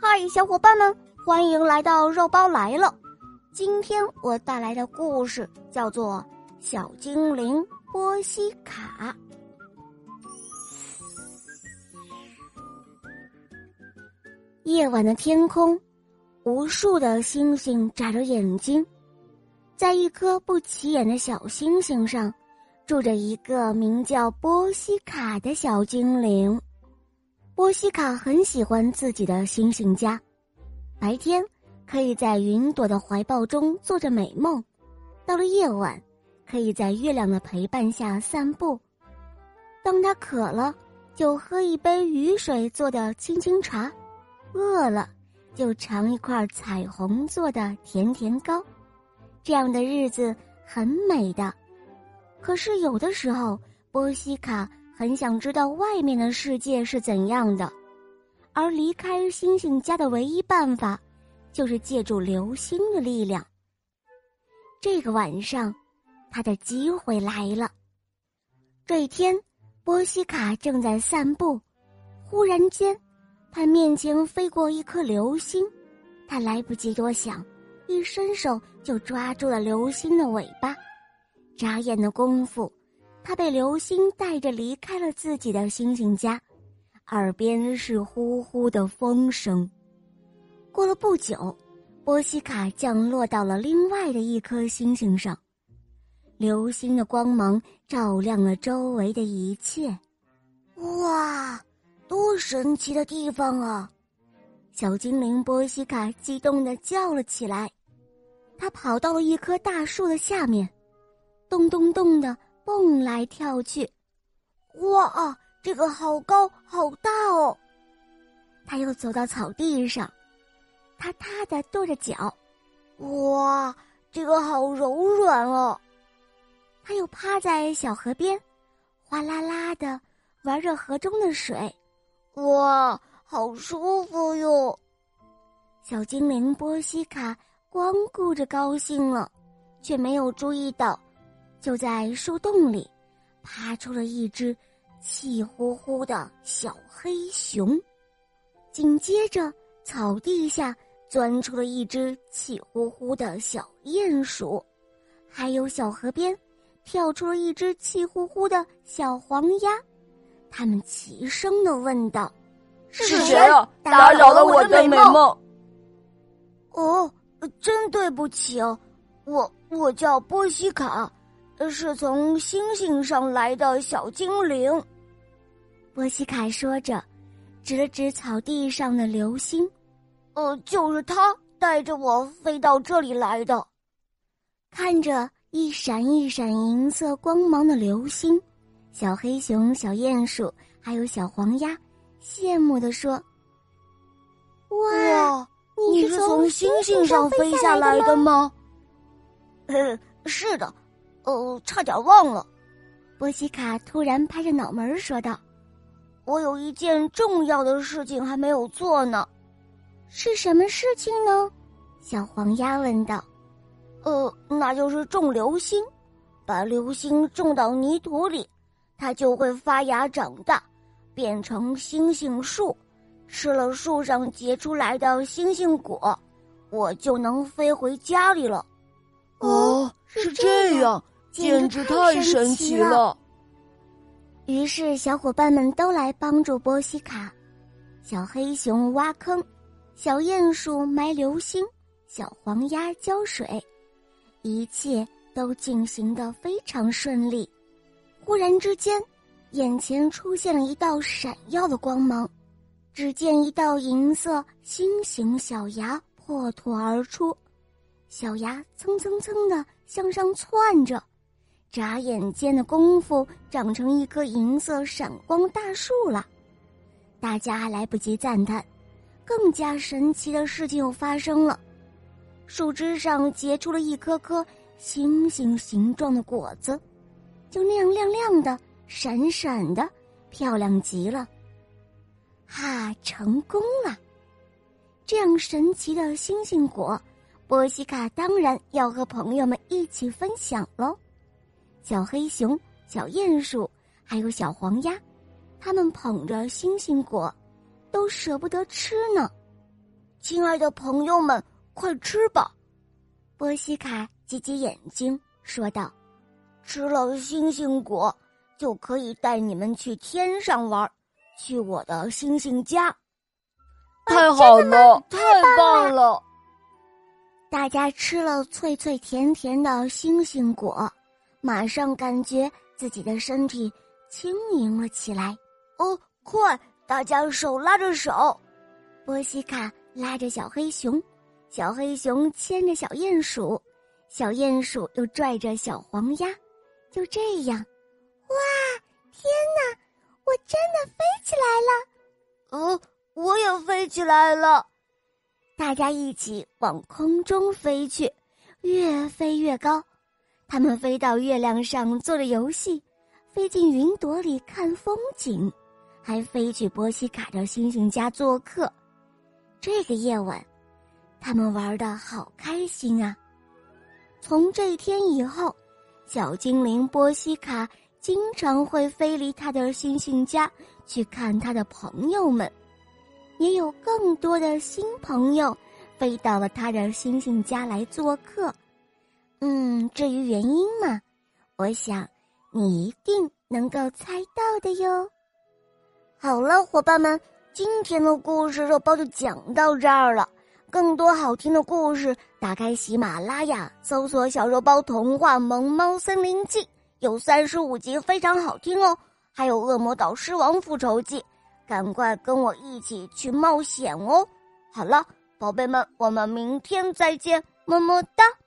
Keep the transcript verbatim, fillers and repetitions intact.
嗨，小伙伴们，欢迎来到肉包来了。今天我带来的故事叫做《小精灵波西卡》。夜晚的天空，无数的星星眨着眼睛，在一颗不起眼的小星星上，住着一个名叫波西卡的小精灵。波西卡很喜欢自己的星星家，白天可以在云朵的怀抱中做着美梦，到了夜晚可以在月亮的陪伴下散步。当他渴了，就喝一杯雨水做的清清茶，饿了就尝一块彩虹做的甜甜糕。这样的日子很美的。可是有的时候，波西卡很想知道外面的世界是怎样的，而离开星星家的唯一办法就是借助流星的力量。这个晚上，他的机会来了。这一天，波西卡正在散步，忽然间他面前飞过一颗流星，他来不及多想，一伸手就抓住了流星的尾巴。眨眼的功夫，他被流星带着离开了自己的星星家，耳边是呼呼的风声。过了不久，波西卡降落到了另外的一颗星星上，流星的光芒照亮了周围的一切。哇，多神奇的地方啊！小精灵波西卡激动地叫了起来。他跑到了一棵大树的下面，咚咚咚地蹦来跳去。哇，这个好高好大哦！他又走到草地上，他踏地跺着脚。哇，这个好柔软哦！他又趴在小河边，哗啦啦地玩着河中的水。哇，好舒服哟！小精灵波西卡光顾着高兴了，却没有注意到，就在树洞里爬出了一只气呼呼的小黑熊。紧接着，草地下钻出了一只气呼呼的小鼹鼠，还有小河边跳出了一只气呼呼的小黄鸭。他们齐声地问道： 是谁啊？打扰了我的美梦。 哦，真对不起哦，我我叫波西卡，是从星星上来的小精灵。波西卡说着，指了指草地上的流星。呃，就是他带着我飞到这里来的。看着一闪一闪银色光芒的流星，小黑熊、小鼹鼠还有小黄鸭羡慕地说：哇，你是从星星上飞下来的吗？呃，是的，呃，差点忘了。波西卡突然拍着脑门说道：我有一件重要的事情还没有做呢。是什么事情呢？小黄鸭问道。呃，那就是种流星，把流星种到泥土里，它就会发芽长大，变成星星树，吃了树上结出来的星星果，我就能飞回家里了。 哦，是这样，简直太神奇了。 于是小伙伴们都来帮助波西卡，小黑熊挖坑，小鼹鼠埋流星，小黄鸭浇水，一切都进行得非常顺利。忽然之间，眼前出现了一道闪耀的光芒，只见一道银色星形小牙破土而出，小牙蹭蹭蹭地向上窜着，眨眼间的功夫长成一棵银色闪光大树了。大家还来不及赞叹，更加神奇的事情又发生了。树枝上结出了一颗颗星星形状的果子，就那样亮亮的、闪闪的，漂亮极了。哈，成功了！这样神奇的星星果，波西卡当然要和朋友们一起分享喽。小黑熊、小鼹鼠还有小黄鸭，他们捧着星星果，都舍不得吃呢。 亲爱的朋友们，快吃吧！波西卡挤挤眼睛说道：“吃了星星果，就可以带你们去天上玩，去我的星星家。” 太好了，太棒了！ 大家吃了脆脆甜甜的星星果，马上感觉自己的身体轻盈了起来。哦，快，大家手拉着手！波西卡拉着小黑熊，小黑熊牵着小鼹鼠，小鼹鼠又拽着小黄鸭。就这样，哇，天哪，我真的飞起来了！哦，我也飞起来了。大家一起往空中飞去，越飞越高。他们飞到月亮上做着游戏，飞进云朵里看风景，还飞去波西卡的星星家做客。这个夜晚，他们玩得好开心啊！从这天以后，小精灵波西卡经常会飞离他的星星家去看他的朋友们，也有更多的新朋友飞到了他的星星家来做客。嗯，至于原因嘛，我想你一定能够猜到的哟。好了，伙伴们，今天的故事肉包就讲到这儿了。更多好听的故事，打开喜马拉雅，搜索小肉包童话《萌猫森林记》，有三十五集，非常好听哦。还有恶魔岛狮王复仇记，赶快跟我一起去冒险哦。好了，宝贝们，我们明天再见，么么哒。